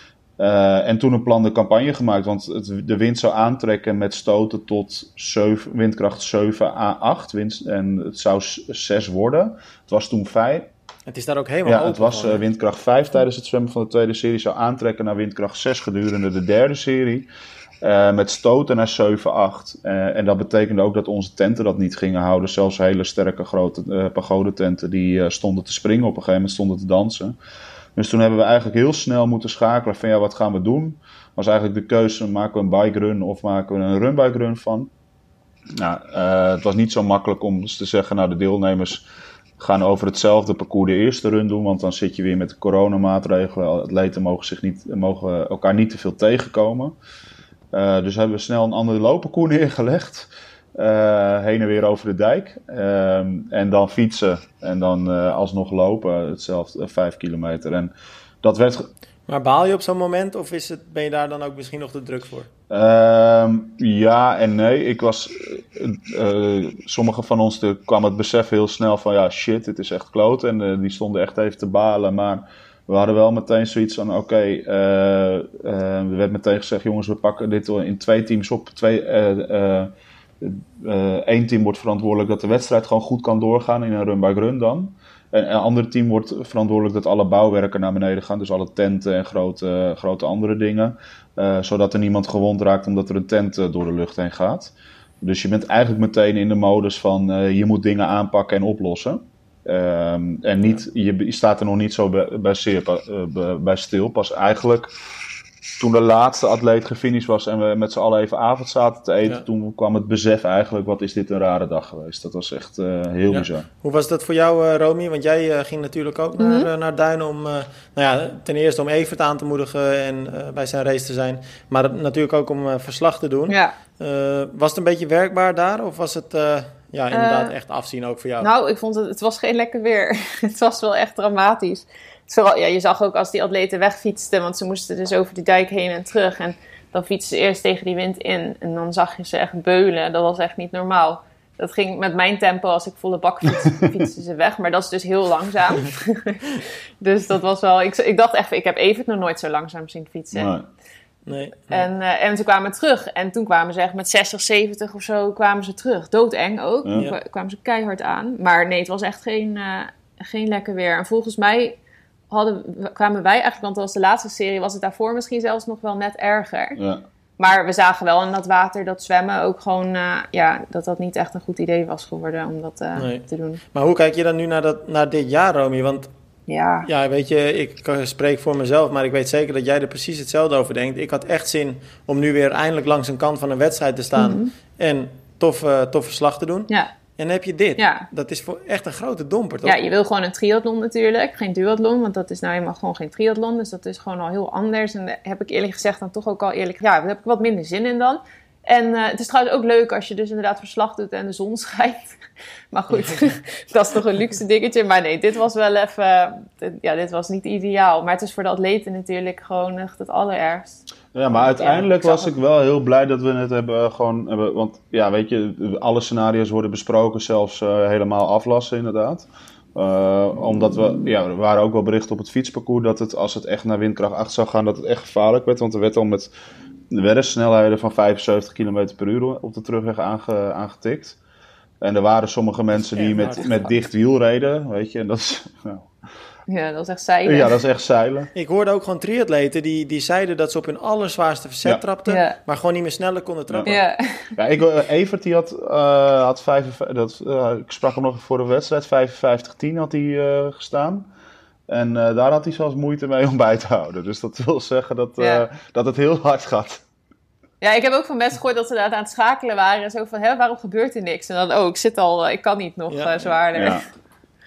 [SPEAKER 3] Uh, en toen een plan de campagne gemaakt, want het, de wind zou aantrekken met stoten tot zeven, windkracht zeven à acht. Wind, en het zou zes worden. Het was toen vijf.
[SPEAKER 1] Het is daar ook helemaal
[SPEAKER 3] Ja,
[SPEAKER 1] open
[SPEAKER 3] het was uh, windkracht vijf tijdens het zwemmen van de tweede serie. Zou aantrekken naar windkracht zes gedurende de derde serie. Uh, met stoten naar zeven à acht. Uh, en dat betekende ook dat onze tenten dat niet gingen houden. Zelfs hele sterke grote uh, pagodententen die uh, stonden te springen op een gegeven moment, stonden te dansen. Dus toen hebben we eigenlijk heel snel moeten schakelen van ja, wat gaan we doen? Was eigenlijk de keuze, maken we een bike run of maken we een run bike run van? Nou, uh, het was niet zo makkelijk om dus te zeggen, nou de deelnemers gaan over hetzelfde parcours de eerste run doen, want dan zit je weer met de coronamaatregelen. Atleten mogen, zich niet, mogen elkaar niet te veel tegenkomen. Uh, dus hebben we snel een ander loopparcours neergelegd. Uh, heen en weer over de dijk. Uh, en dan fietsen. En dan uh, alsnog lopen. Hetzelfde, uh, vijf kilometer. En dat werd... Ge-
[SPEAKER 1] maar baal je op zo'n moment? Of is het, ben je daar dan ook misschien nog te druk voor?
[SPEAKER 3] Uh, ja en nee. Ik was... Uh, uh, sommige van ons de, kwam het besef heel snel van... Ja, shit, dit is echt kloot. En uh, die stonden echt even te balen. Maar... We hadden wel meteen zoiets van, oké, okay, uh, uh, er werd meteen gezegd, jongens, we pakken dit in twee teams op. Twee, uh, uh, uh, één team wordt verantwoordelijk dat de wedstrijd gewoon goed kan doorgaan in een run-by-run dan. En een ander team wordt verantwoordelijk dat alle bouwwerken naar beneden gaan. Dus alle tenten en grote, grote andere dingen. Uh, zodat er niemand gewond raakt omdat er een tent uh, door de lucht heen gaat. Dus je bent eigenlijk meteen in de modus van, uh, je moet dingen aanpakken en oplossen. Um, en niet, je, je staat er nog niet zo bij, bij, zeer, uh, bij stil. Pas eigenlijk toen de laatste atleet gefinished was en we met z'n allen even avond zaten te eten, ja. Toen kwam het besef eigenlijk, wat is dit een rare dag geweest. Dat was echt uh, heel ja. bizar.
[SPEAKER 1] Hoe was dat voor jou, uh, Romy? Want jij uh, ging natuurlijk ook mm-hmm. naar, uh, naar Duinen om, uh, nou ja, ten eerste om Evert aan te moedigen en uh, bij zijn race te zijn. Maar natuurlijk ook om uh, verslag te doen. Ja. Uh, was het een beetje werkbaar daar of was het... Uh, Ja, inderdaad, uh, echt afzien ook voor jou.
[SPEAKER 2] Nou, ik vond het, het was geen lekker weer. Het was wel echt dramatisch. Vooral, ja, je zag ook als die atleten wegfietsten, want ze moesten dus over die dijk heen en terug. En dan fietsten ze eerst tegen die wind in en dan zag je ze echt beulen. Dat was echt niet normaal. Dat ging met mijn tempo, als ik volle bak fietste, fietsten ze weg. Maar dat is dus heel langzaam. Dus dat was wel... Ik, ik dacht echt, ik heb Evert nog nooit zo langzaam zien fietsen.
[SPEAKER 3] Nee.
[SPEAKER 1] Nee, nee.
[SPEAKER 2] En, uh, en ze kwamen terug. En toen kwamen ze echt met zestig, zeventig of zo kwamen ze terug. Doodeng ook. Ja. Toen kwamen ze keihard aan. Maar nee, het was echt geen, uh, geen lekker weer. En volgens mij hadden, kwamen wij eigenlijk... Want dat was de laatste serie, was het daarvoor misschien zelfs nog wel net erger.
[SPEAKER 3] Ja.
[SPEAKER 2] Maar we zagen wel in dat water dat zwemmen ook gewoon... Uh, ja, dat dat niet echt een goed idee was geworden om dat uh, nee. te doen.
[SPEAKER 1] Maar hoe kijk je dan nu naar, dat, naar dit jaar, Romy? Want...
[SPEAKER 2] Ja.
[SPEAKER 1] ja, weet je, ik spreek voor mezelf, maar ik weet zeker dat jij er precies hetzelfde over denkt. Ik had echt zin om nu weer eindelijk langs een kant van een wedstrijd te staan mm-hmm. en tof, uh, tof verslag te doen.
[SPEAKER 2] Ja.
[SPEAKER 1] En dan heb je dit.
[SPEAKER 2] Ja.
[SPEAKER 1] Dat is voor echt een grote domper, toch?
[SPEAKER 2] Ja, je wil gewoon een triathlon natuurlijk, geen duathlon, want dat is nou helemaal gewoon geen triathlon. Dus dat is gewoon al heel anders. En daar heb ik eerlijk gezegd dan toch ook al eerlijk, ja, daar heb ik wat minder zin in dan. En uh, het is trouwens ook leuk als je dus inderdaad verslag doet en de zon schijnt. Maar goed, dat is toch een luxe dingetje. Maar nee, dit was wel even... Dit, ja, dit was niet ideaal. Maar het is voor de atleten natuurlijk gewoon echt het allerergst.
[SPEAKER 3] Ja, maar uiteindelijk ja, ik was ik wel heel blij dat we het hebben gewoon... Hebben, want ja, weet je, alle scenario's worden besproken. Zelfs uh, helemaal aflassen inderdaad. Uh, omdat we... Ja, er waren ook wel berichten op het fietsparcours dat het, als het echt naar windkracht acht zou gaan, dat het echt gevaarlijk werd. Want er werd al met... Er werden snelheden van vijfenzeventig kilometer per uur op de terugweg aange, aangetikt. En er waren sommige mensen die met, met dicht wiel reden, weet je. En dat is, nou.
[SPEAKER 2] Ja, dat is echt zeilen.
[SPEAKER 3] Ja, dat is echt zeilen.
[SPEAKER 1] Ik hoorde ook gewoon triatleten die, die zeiden dat ze op hun allerzwaarste verzet ja. trapten, ja. maar gewoon niet meer sneller konden trappen.
[SPEAKER 2] Ja,
[SPEAKER 3] ja ik, uh, Evert die had, uh, had vijfenvijftig, dat, uh, ik sprak hem nog voor de wedstrijd, vijfenvijftig tien had hij uh, gestaan. En uh, daar had hij zelfs moeite mee om bij te houden. Dus dat wil zeggen dat, uh, ja. dat het heel hard gaat.
[SPEAKER 2] Ja, ik heb ook van mensen gehoord dat ze daar aan het schakelen waren. Zo van, hè, waarom gebeurt er niks? En dan, oh, ik zit al, ik kan niet nog ja. uh, zwaarder.
[SPEAKER 3] Ja.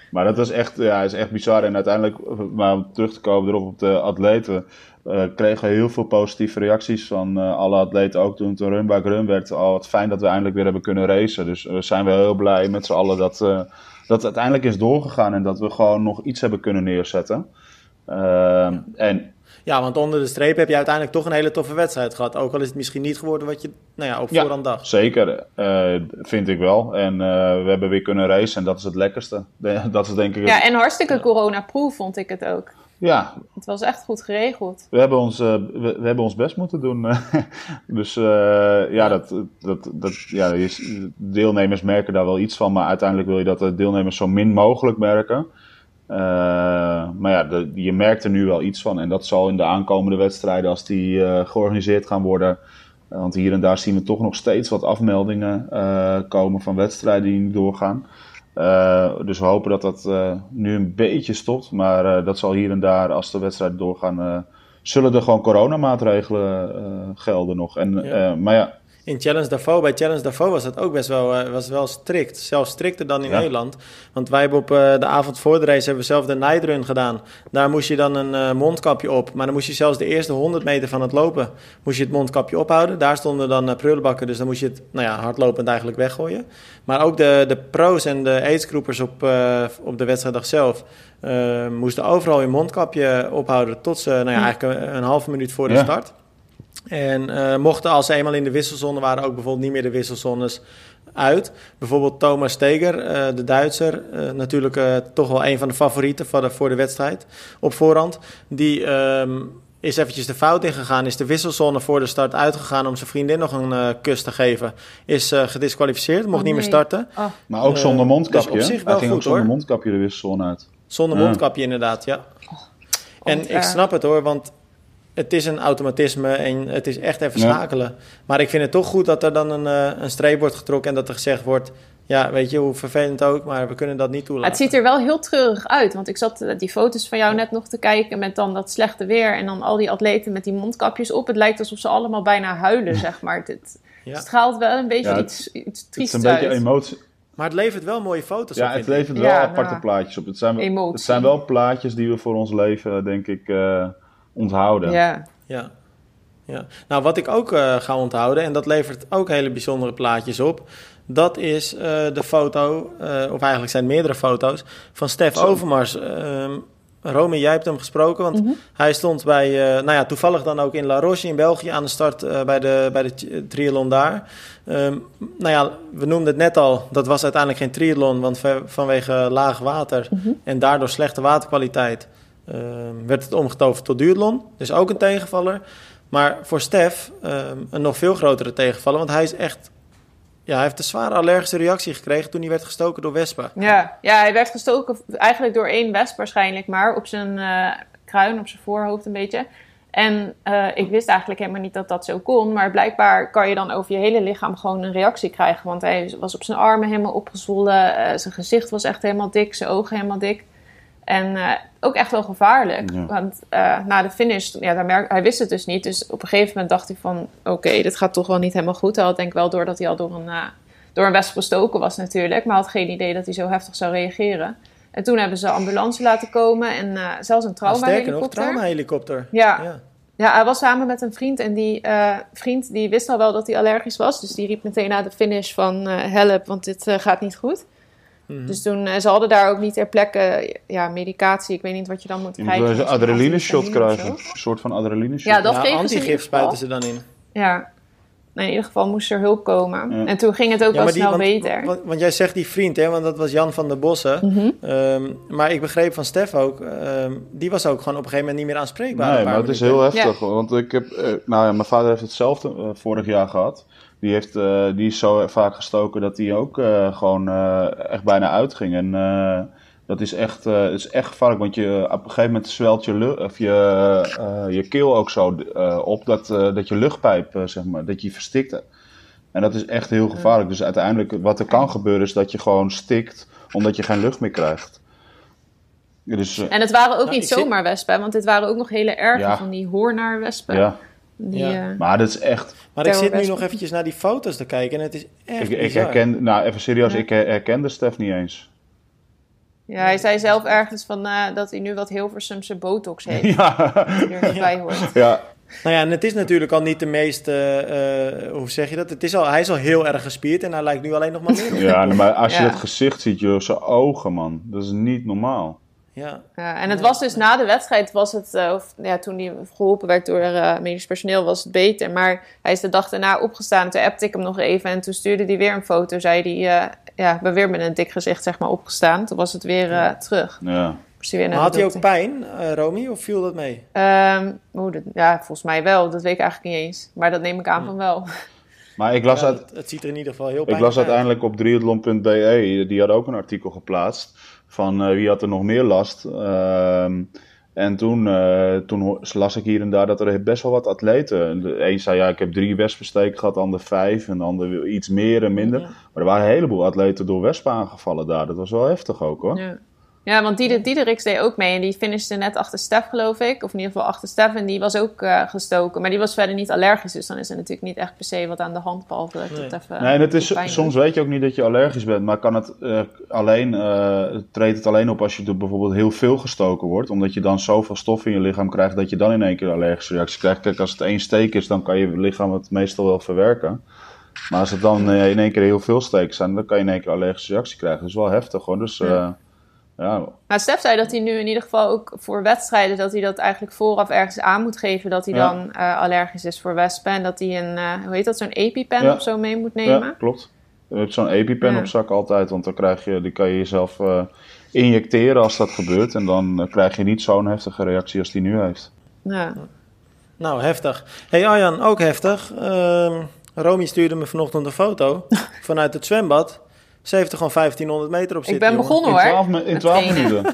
[SPEAKER 3] Maar dat was echt, ja, is echt bizar. En uiteindelijk, maar om terug te komen erop op de atleten, uh, kregen we heel veel positieve reacties van uh, alle atleten. Ook toen het een run by run werd. Al wat fijn dat we eindelijk weer hebben kunnen racen. Dus we uh, zijn we heel blij met z'n allen dat, uh, dat het uiteindelijk is doorgegaan. En dat we gewoon nog iets hebben kunnen neerzetten. Uh, ja. En...
[SPEAKER 1] Ja, want onder de streep heb je uiteindelijk toch een hele toffe wedstrijd gehad. Ook al is het misschien niet geworden wat je nou ja, op
[SPEAKER 3] ja,
[SPEAKER 1] voorhand dacht.
[SPEAKER 3] Zeker, uh, vind ik wel. En uh, we hebben weer kunnen racen en dat is het lekkerste. Dat is denk ik het...
[SPEAKER 2] Ja, en hartstikke corona-proof vond ik het ook.
[SPEAKER 3] Ja.
[SPEAKER 2] Het was echt goed geregeld.
[SPEAKER 3] We hebben ons, uh, we, we hebben ons best moeten doen. Dus uh, ja, dat, dat, dat, ja, deelnemers merken daar wel iets van. Maar uiteindelijk wil je dat de deelnemers zo min mogelijk merken. Uh, maar ja, de, je merkt er nu wel iets van. En dat zal in de aankomende wedstrijden, als die uh, georganiseerd gaan worden. Uh, want hier en daar zien we toch nog steeds wat afmeldingen uh, komen van wedstrijden die niet doorgaan. Uh, dus we hopen dat dat uh, nu een beetje stopt. Maar uh, dat zal hier en daar, als de wedstrijden doorgaan, uh, zullen er gewoon coronamaatregelen uh, gelden nog. En,
[SPEAKER 1] ja.
[SPEAKER 3] Uh, maar ja.
[SPEAKER 1] In Challenge Davos, bij Challenge Davos was dat ook best wel, uh, was wel strikt. Zelfs strikter dan in ja. Nederland. Want wij hebben op uh, de avond voor de race hebben we zelf de night run gedaan. Daar moest je dan een uh, mondkapje op. Maar dan moest je zelfs de eerste honderd meter van het lopen, moest je het mondkapje ophouden. Daar stonden dan uh, prullenbakken, dus dan moest je het nou ja, hardlopend eigenlijk weggooien. Maar ook de, de pro's en de aidsgroepers op, uh, op de wedstrijddag zelf uh, moesten overal hun mondkapje ophouden tot ze nou ja, eigenlijk een, een halve minuut voor de ja. start. En uh, mochten als ze eenmaal in de wisselzone waren ook bijvoorbeeld niet meer de wisselzones uit. Bijvoorbeeld Thomas Steger, uh, de Duitser, uh, natuurlijk uh, toch wel een van de favorieten voor de, voor de wedstrijd op voorhand. Die um, is eventjes de fout ingegaan, is de wisselsone voor de start uitgegaan om zijn vriendin nog een uh, kus te geven. Is uh, gedisqualificeerd, mocht oh, nee. niet meer starten.
[SPEAKER 3] Oh. Maar ook zonder mondkapje, uh, dus op zich wel Hij ging
[SPEAKER 1] goed,
[SPEAKER 3] ook zonder
[SPEAKER 1] hoor.
[SPEAKER 3] mondkapje de wisselsone uit.
[SPEAKER 1] Zonder ja. mondkapje inderdaad, ja. Oh. En oh, ik snap het hoor, want het is een automatisme en het is echt even schakelen. Ja. Maar ik vind het toch goed dat er dan een, uh, een streep wordt getrokken en dat er gezegd wordt, ja, weet je, hoe vervelend ook, maar we kunnen dat niet toelaten.
[SPEAKER 2] Het ziet er wel heel treurig uit, want ik zat die foto's van jou net nog te kijken met dan dat slechte weer en dan al die atleten met die mondkapjes op. Het lijkt alsof ze allemaal bijna huilen, zeg maar. Het ja. straalt wel een beetje ja, het, iets, iets triest uit.
[SPEAKER 3] Het is een beetje emotie.
[SPEAKER 1] Maar het levert wel mooie foto's
[SPEAKER 3] ja,
[SPEAKER 1] op.
[SPEAKER 3] Ja, het levert wel ja, aparte nou, plaatjes op. Het zijn, het zijn wel plaatjes die we voor ons leven, denk ik, uh, onthouden.
[SPEAKER 2] Ja.
[SPEAKER 1] Ja. Ja. Nou, wat ik ook uh, ga onthouden, en dat levert ook hele bijzondere plaatjes op, dat is uh, de foto, uh, of eigenlijk zijn het meerdere foto's, van Stef Zo. Overmars. Uh, Romy, jij hebt hem gesproken, want mm-hmm. hij stond bij, uh, nou ja, toevallig dan ook in La Roche in België aan de start uh, bij de, bij de triathlon daar. Um, nou ja, we noemden het net al, dat was uiteindelijk geen triathlon, want vanwege laag water mm-hmm. en daardoor slechte waterkwaliteit uh, werd het omgetoverd tot duathlon. Dus ook een tegenvaller. Maar voor Stef um, een nog veel grotere tegenvaller, want hij is echt, ja, hij heeft een zware allergische reactie gekregen toen hij werd gestoken door wespen.
[SPEAKER 2] Ja, ja, hij werd gestoken eigenlijk door één wesp waarschijnlijk maar, op zijn uh, kruin, op zijn voorhoofd een beetje. En uh, ik wist eigenlijk helemaal niet dat dat zo kon, maar blijkbaar kan je dan over je hele lichaam gewoon een reactie krijgen. Want hij was op zijn armen helemaal opgezwollen, uh, zijn gezicht was echt helemaal dik, zijn ogen helemaal dik. En uh, ook echt wel gevaarlijk. Ja. Want uh, na de finish, ja, daar merk, hij wist het dus niet. Dus op een gegeven moment dacht hij van, oké, okay, dit gaat toch wel niet helemaal goed. Hij had denk ik wel door dat hij al door een, uh, door een wesp gestoken was natuurlijk. Maar had geen idee dat hij zo heftig zou reageren. En toen hebben ze ambulance laten komen en uh, zelfs een traumahelikopter.
[SPEAKER 1] Sterker nog, traumahelikopter.
[SPEAKER 2] Ja. ja. Ja, hij was samen met een vriend en die uh, vriend die wist al wel dat hij allergisch was. Dus die riep meteen na de finish van uh, help, want dit uh, gaat niet goed. Mm-hmm. Dus toen, uh, ze hadden daar ook niet ter plekke ja, medicatie. Ik weet niet wat je dan moet
[SPEAKER 3] je
[SPEAKER 2] krijgen.
[SPEAKER 3] Je moet een adrenaline shot krijgen. Een soort van adrenaline shot.
[SPEAKER 2] Ja, dat
[SPEAKER 1] ja,
[SPEAKER 2] kregen
[SPEAKER 1] antigif spuiten ze dan in.
[SPEAKER 2] Ja, nou, in ieder geval moest er hulp komen. Ja. En toen ging het ook ja, wel snel
[SPEAKER 1] die, want,
[SPEAKER 2] beter.
[SPEAKER 1] Want, want jij zegt die vriend, hè, want dat was Jan van der Bossen.
[SPEAKER 2] Mm-hmm.
[SPEAKER 1] Um, maar ik begreep van Stef ook, um, die was ook gewoon op een gegeven moment niet meer aanspreekbaar.
[SPEAKER 3] Nee, maar het is heel heftig. Ja. Want ik heb, uh, nou ja, mijn vader heeft hetzelfde uh, vorig jaar gehad. Die, heeft, uh, die is zo vaak gestoken dat hij ook uh, gewoon uh, echt bijna uitging. En uh, dat is echt, uh, is echt gevaarlijk, want je, op een gegeven moment zwelt je, lu- of je, uh, je keel ook zo uh, op dat, uh, dat je luchtpijp, uh, zeg maar, dat je verstikt. En dat is echt heel gevaarlijk. Dus uiteindelijk, wat er kan gebeuren, is dat je gewoon stikt, omdat je geen lucht meer krijgt. Dus, uh,
[SPEAKER 2] en het waren ook nou, niet zomaar wespen, want dit waren ook nog hele erge ja. van die hoornaarwespen.
[SPEAKER 3] Ja.
[SPEAKER 2] Die,
[SPEAKER 1] ja.
[SPEAKER 2] uh,
[SPEAKER 3] maar dat is echt...
[SPEAKER 1] Maar ik zit nu nog eventjes naar die foto's te kijken en het is echt
[SPEAKER 3] Ik, ik herken... Nou, even serieus, ja. ik herkende Stef niet eens.
[SPEAKER 2] Ja, hij zei zelf ergens van, uh, dat hij nu wat Hilversumse botox heeft.
[SPEAKER 3] Ja.
[SPEAKER 2] Die er niet bij hoort.
[SPEAKER 3] Ja.
[SPEAKER 1] Nou ja, en het is natuurlijk al niet de meest, uh, uh, hoe zeg je dat? Het is al, hij is al heel erg gespierd en hij lijkt nu alleen nog maar meer op.
[SPEAKER 3] Ja, maar als je
[SPEAKER 2] ja.
[SPEAKER 3] dat gezicht ziet, joh, zijn ogen, man. Dat is niet normaal.
[SPEAKER 1] Ja.
[SPEAKER 2] Ja, en het was dus na de wedstrijd, was het, uh, of, ja, toen hij geholpen werd door uh, medisch personeel, was het beter. Maar hij is de dag daarna opgestaan, toen appte ik hem nog even en toen stuurde hij weer een foto. Zei hij, uh, ja, ik ben weer met een dik gezicht zeg maar opgestaan. Toen was het weer uh, terug.
[SPEAKER 3] Ja.
[SPEAKER 1] Maar had hij ook pijn, uh, Romy, of viel dat mee?
[SPEAKER 2] Um, oh, dat, ja, volgens mij wel. Dat weet ik eigenlijk niet eens. Maar dat neem ik aan van wel.
[SPEAKER 3] Maar ik las
[SPEAKER 1] ja,
[SPEAKER 3] uit,
[SPEAKER 1] het, het ziet er in ieder geval heel pijnlijk
[SPEAKER 3] Ik las
[SPEAKER 1] uit.
[SPEAKER 3] uiteindelijk op triathlon punt b e, die had ook een artikel geplaatst van uh, wie had er nog meer last. Uh, en toen, uh, toen las ik hier en daar dat er best wel wat atleten. De een zei ja, ik heb drie wespensteken gehad, de ander vijf en de ander iets meer en minder. Ja. Maar er waren een heleboel atleten door wespen aangevallen daar. Dat was wel heftig ook hoor.
[SPEAKER 2] Ja. Ja, want Diederik deed ook mee en die finishte net achter Stef, geloof ik. Of in ieder geval achter Stef en die was ook uh, gestoken. Maar die was verder niet allergisch, dus dan is er natuurlijk niet echt per se wat aan de hand. Behalve dat
[SPEAKER 3] nee.
[SPEAKER 2] het even
[SPEAKER 3] nee, en het is, soms weet je ook niet dat je allergisch bent, maar kan het, uh, alleen, uh, treedt het alleen op als je er bijvoorbeeld heel veel gestoken wordt. Omdat je dan zoveel stof in je lichaam krijgt dat je dan in één keer een allergische reactie krijgt. Kijk, als het één steek is, dan kan je lichaam het meestal wel verwerken. Maar als het dan uh, in één keer heel veel steken zijn, dan kan je in één keer een allergische reactie krijgen. Dat is wel heftig hoor, dus... Uh,
[SPEAKER 2] ja.
[SPEAKER 3] Ja.
[SPEAKER 2] Maar Stef zei dat hij nu in ieder geval ook voor wedstrijden, dat hij dat eigenlijk vooraf ergens aan moet geven, dat hij ja. dan uh, allergisch is voor wespen. En dat hij een, uh, hoe heet dat, zo'n EpiPen ja. of zo mee moet nemen.
[SPEAKER 3] Ja, klopt. Je hebt zo'n EpiPen ja. op zak altijd, want dan krijg je, die kan je jezelf uh, injecteren als dat gebeurt. En dan uh, krijg je niet zo'n heftige reactie als die nu heeft.
[SPEAKER 2] Ja.
[SPEAKER 1] Nou, heftig. Hey Arjan, ook heftig. Uh, Romy stuurde me vanochtend een foto vanuit het zwembad. Ze heeft er gewoon vijftienhonderd meter op zitten.
[SPEAKER 2] Ik ben
[SPEAKER 1] jongen.
[SPEAKER 2] begonnen hoor.
[SPEAKER 3] In twaalf, in twaalf minuten.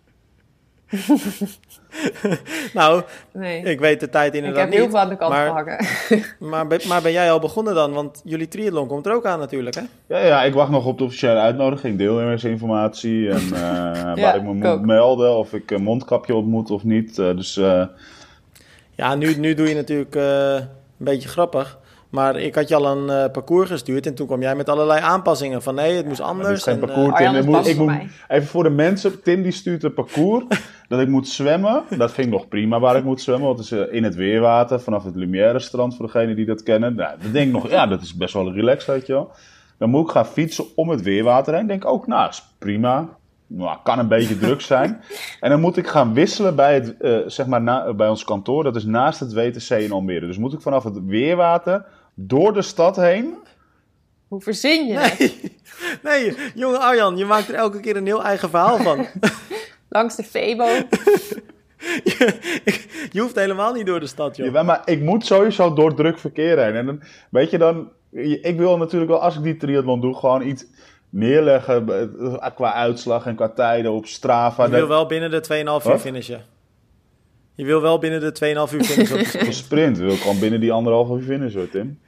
[SPEAKER 1] nou, nee. ik weet de tijd inderdaad niet.
[SPEAKER 2] Ik heb heel veel aan de kant
[SPEAKER 1] maar,
[SPEAKER 2] gehangen.
[SPEAKER 1] maar, maar ben jij al begonnen dan? Want jullie triathlon komt er ook aan natuurlijk, hè?
[SPEAKER 3] Ja, ja, ik wacht nog op de officiële uitnodiging. Deelnemersinformatie en uh, waar
[SPEAKER 2] ja,
[SPEAKER 3] ik me moet ook. melden. Of ik een mondkapje op moet of niet. Uh, dus, uh...
[SPEAKER 1] Ja, nu, nu doe je natuurlijk uh, een beetje grappig. Maar ik had je al een uh, parcours gestuurd en toen kwam jij met allerlei aanpassingen. Van nee, het moest anders.
[SPEAKER 3] Het is geen
[SPEAKER 1] en,
[SPEAKER 3] parcours,
[SPEAKER 2] uh,
[SPEAKER 3] Tim.
[SPEAKER 2] Arjan,
[SPEAKER 3] ik moet, ik moet,
[SPEAKER 2] mij.
[SPEAKER 3] even voor de mensen, Tim die stuurt een parcours dat ik moet zwemmen. Dat vind ik nog prima waar ik moet zwemmen. Want het is uh, in het weerwater, vanaf het Lumière strand, voor degenen die dat kennen. Nou, dan denk ik nog, ja, dat is best wel relaxed, weet je wel. Dan moet ik gaan fietsen om het weerwater heen. Denk ik ook, nou, is prima. Nou, kan een beetje druk zijn. En dan moet ik gaan wisselen bij, het, uh, zeg maar na, uh, bij ons kantoor. Dat is naast het W T C in Almere. Dus moet ik vanaf het weerwater door de stad heen.
[SPEAKER 2] Hoe verzin je het?
[SPEAKER 1] Nee, nee, jonge Arjan, je maakt er elke keer een heel eigen verhaal van.
[SPEAKER 2] Langs de Febo.
[SPEAKER 1] je, je hoeft helemaal niet door de stad, joh.
[SPEAKER 3] Ja, maar ik moet sowieso door druk verkeer heen. En dan, weet je dan, ik wil natuurlijk wel, als ik die triathlon doe, gewoon iets neerleggen qua uitslag en qua tijden op Strava.
[SPEAKER 1] Je wil wel binnen de twee komma vijf uur finishen. Je wil wel binnen de twee komma vijf uur finishen op de sprint.
[SPEAKER 3] Op sprint wil ik gewoon binnen die anderhalf uur finishen, hoor, Tim.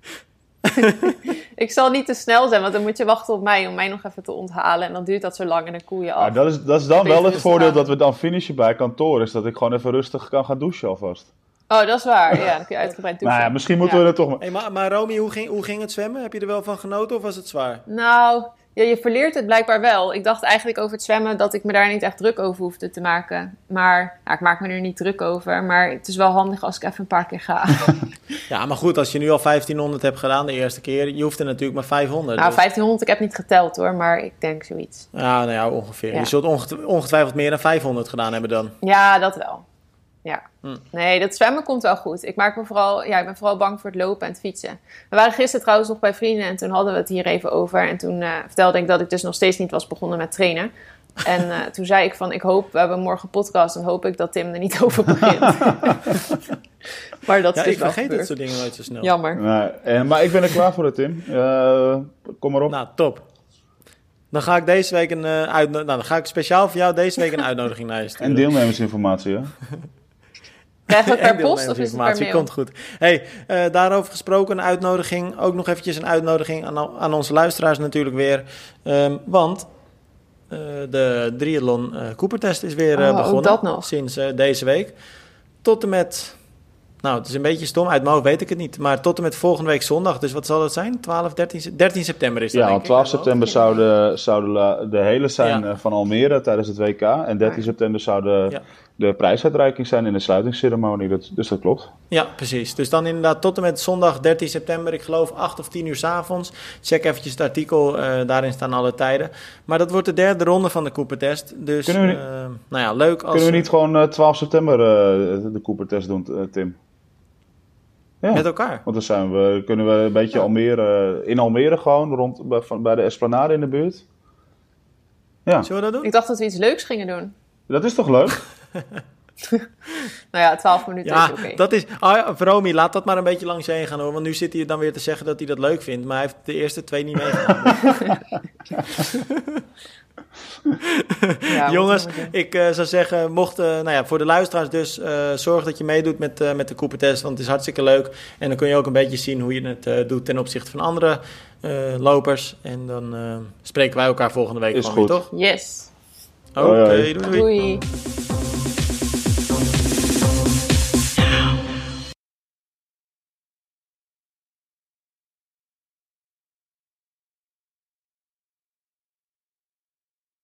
[SPEAKER 2] Ik zal niet te snel zijn, want dan moet je wachten op mij om mij nog even te onthalen. En dan duurt dat zo lang en dan koel je af.
[SPEAKER 3] Ja, dat, is, dat is dan wel het voordeel gaan. Dat we dan finishen bij kantoor. Is dat ik gewoon even rustig kan gaan douchen alvast.
[SPEAKER 2] Oh, dat is waar. Ja, dan kun je uitgebreid douchen.
[SPEAKER 3] Nou ja, misschien moeten
[SPEAKER 2] ja.
[SPEAKER 3] we er toch maar...
[SPEAKER 1] Hey, maar, maar Romy, hoe ging, hoe ging het zwemmen? Heb je er wel van genoten of was het zwaar?
[SPEAKER 2] Nou, ja, je verleert het blijkbaar wel. Ik dacht eigenlijk over het zwemmen dat ik me daar niet echt druk over hoefde te maken. Maar nou, ik maak me er niet druk over. Maar het is wel handig als ik even een paar keer ga.
[SPEAKER 1] Ja, maar goed, als je nu al vijftienhonderd hebt gedaan de eerste keer, je hoeft er natuurlijk maar vijfhonderd.
[SPEAKER 2] Nou,
[SPEAKER 1] dus...
[SPEAKER 2] vijftienhonderd, ik heb niet geteld hoor, maar ik denk zoiets.
[SPEAKER 1] Ja, nou ja, ongeveer.
[SPEAKER 2] Ja.
[SPEAKER 1] Je zult onget- ongetwijfeld meer dan vijfhonderd gedaan hebben dan.
[SPEAKER 2] Ja, dat wel. Ja.
[SPEAKER 1] Hm.
[SPEAKER 2] Nee, dat zwemmen komt wel goed. Ik, maak me vooral, ja, ik ben vooral bang voor het lopen en het fietsen. We waren gisteren trouwens nog bij vrienden en toen hadden we het hier even over. En toen uh, vertelde ik dat ik dus nog steeds niet was begonnen met trainen. En uh, toen zei ik van, ik hoop, we hebben morgen een podcast, dan hoop ik dat Tim er niet over begint. Maar dat is
[SPEAKER 1] ja,
[SPEAKER 2] dus
[SPEAKER 1] ik
[SPEAKER 2] wel
[SPEAKER 1] vergeet
[SPEAKER 2] gebeurd.
[SPEAKER 1] dit soort dingen nooit zo snel.
[SPEAKER 2] Jammer.
[SPEAKER 3] Nee, en, maar ik ben er klaar voor, Tim. Uh, kom maar op.
[SPEAKER 1] Nou, top. Dan ga ik deze week een uh, uitno- nou, dan ga ik speciaal voor jou deze week een uitnodiging naar je sturen.
[SPEAKER 3] En deelnemersinformatie, hè?
[SPEAKER 2] Krijg je het per post of is het per mail?
[SPEAKER 1] Komt goed. Hey, uh, daarover gesproken, een uitnodiging. Ook nog eventjes een uitnodiging aan, aan onze luisteraars natuurlijk weer. Um, want uh, de triathlon uh, Coopertest is weer uh,
[SPEAKER 2] oh,
[SPEAKER 1] begonnen.
[SPEAKER 2] Dat nog.
[SPEAKER 1] Sinds uh, deze week. Tot en met nou, het is een beetje stom. Uit mijn hoofd weet ik het niet. Maar tot en met volgende week zondag. Dus wat zal dat zijn? twaalf, dertien, dertien september is dat,
[SPEAKER 3] Ja,
[SPEAKER 1] denk
[SPEAKER 3] want twaalf
[SPEAKER 1] ik.
[SPEAKER 3] september zouden zou de, de hele zijn
[SPEAKER 1] Ja.
[SPEAKER 3] van Almere tijdens het W K. En dertien september zou de,
[SPEAKER 1] Ja.
[SPEAKER 3] de prijsuitreiking zijn in de sluitingsceremonie. Dat, dus dat klopt.
[SPEAKER 1] Ja, precies. Dus dan inderdaad tot en met zondag dertien september. Ik geloof acht of tien uur 's avonds. Check eventjes het artikel. Uh, daarin staan alle tijden. Maar dat wordt de derde ronde van de Cooper-test. Dus,
[SPEAKER 3] Kunnen we niet-
[SPEAKER 1] uh, nou ja, leuk als...
[SPEAKER 3] Kunnen we niet gewoon uh, twaalf september uh, de Cooper-test doen, uh, Tim? Ja.
[SPEAKER 1] Met elkaar?
[SPEAKER 3] Want dan zijn we, kunnen we een beetje
[SPEAKER 1] Ja.
[SPEAKER 3] Almere, in Almere gewoon, rond, bij, van, bij de Esplanade in de buurt. Ja,
[SPEAKER 1] Zullen we dat doen?
[SPEAKER 2] Ik dacht dat we iets leuks gingen doen.
[SPEAKER 3] dat is toch leuk?
[SPEAKER 2] Nou ja, twaalf minuten
[SPEAKER 1] Ja,
[SPEAKER 2] is oké.
[SPEAKER 1] dat is... Ah, Vromi, laat dat maar een beetje langs je heen gaan hoor. Want nu zit hij dan weer te zeggen dat hij dat leuk vindt. Maar hij heeft de eerste twee niet meegemaakt.
[SPEAKER 2] Ja,
[SPEAKER 1] Jongens,
[SPEAKER 2] wat gaan we doen?
[SPEAKER 1] ik uh, zou zeggen, mocht, uh, nou ja, voor de luisteraars dus, uh, zorg dat je meedoet met, uh, met de Cooper-test, want het is hartstikke leuk. En dan kun je ook een beetje zien hoe je het uh, doet ten opzichte van andere uh, lopers. En dan uh, spreken wij elkaar volgende week
[SPEAKER 3] Is
[SPEAKER 1] gewoon
[SPEAKER 3] goed.
[SPEAKER 1] weer, toch?
[SPEAKER 2] Yes.
[SPEAKER 1] Oké,
[SPEAKER 3] Hoi,
[SPEAKER 1] okay,
[SPEAKER 3] hoi.
[SPEAKER 1] doei doei.
[SPEAKER 2] Doei.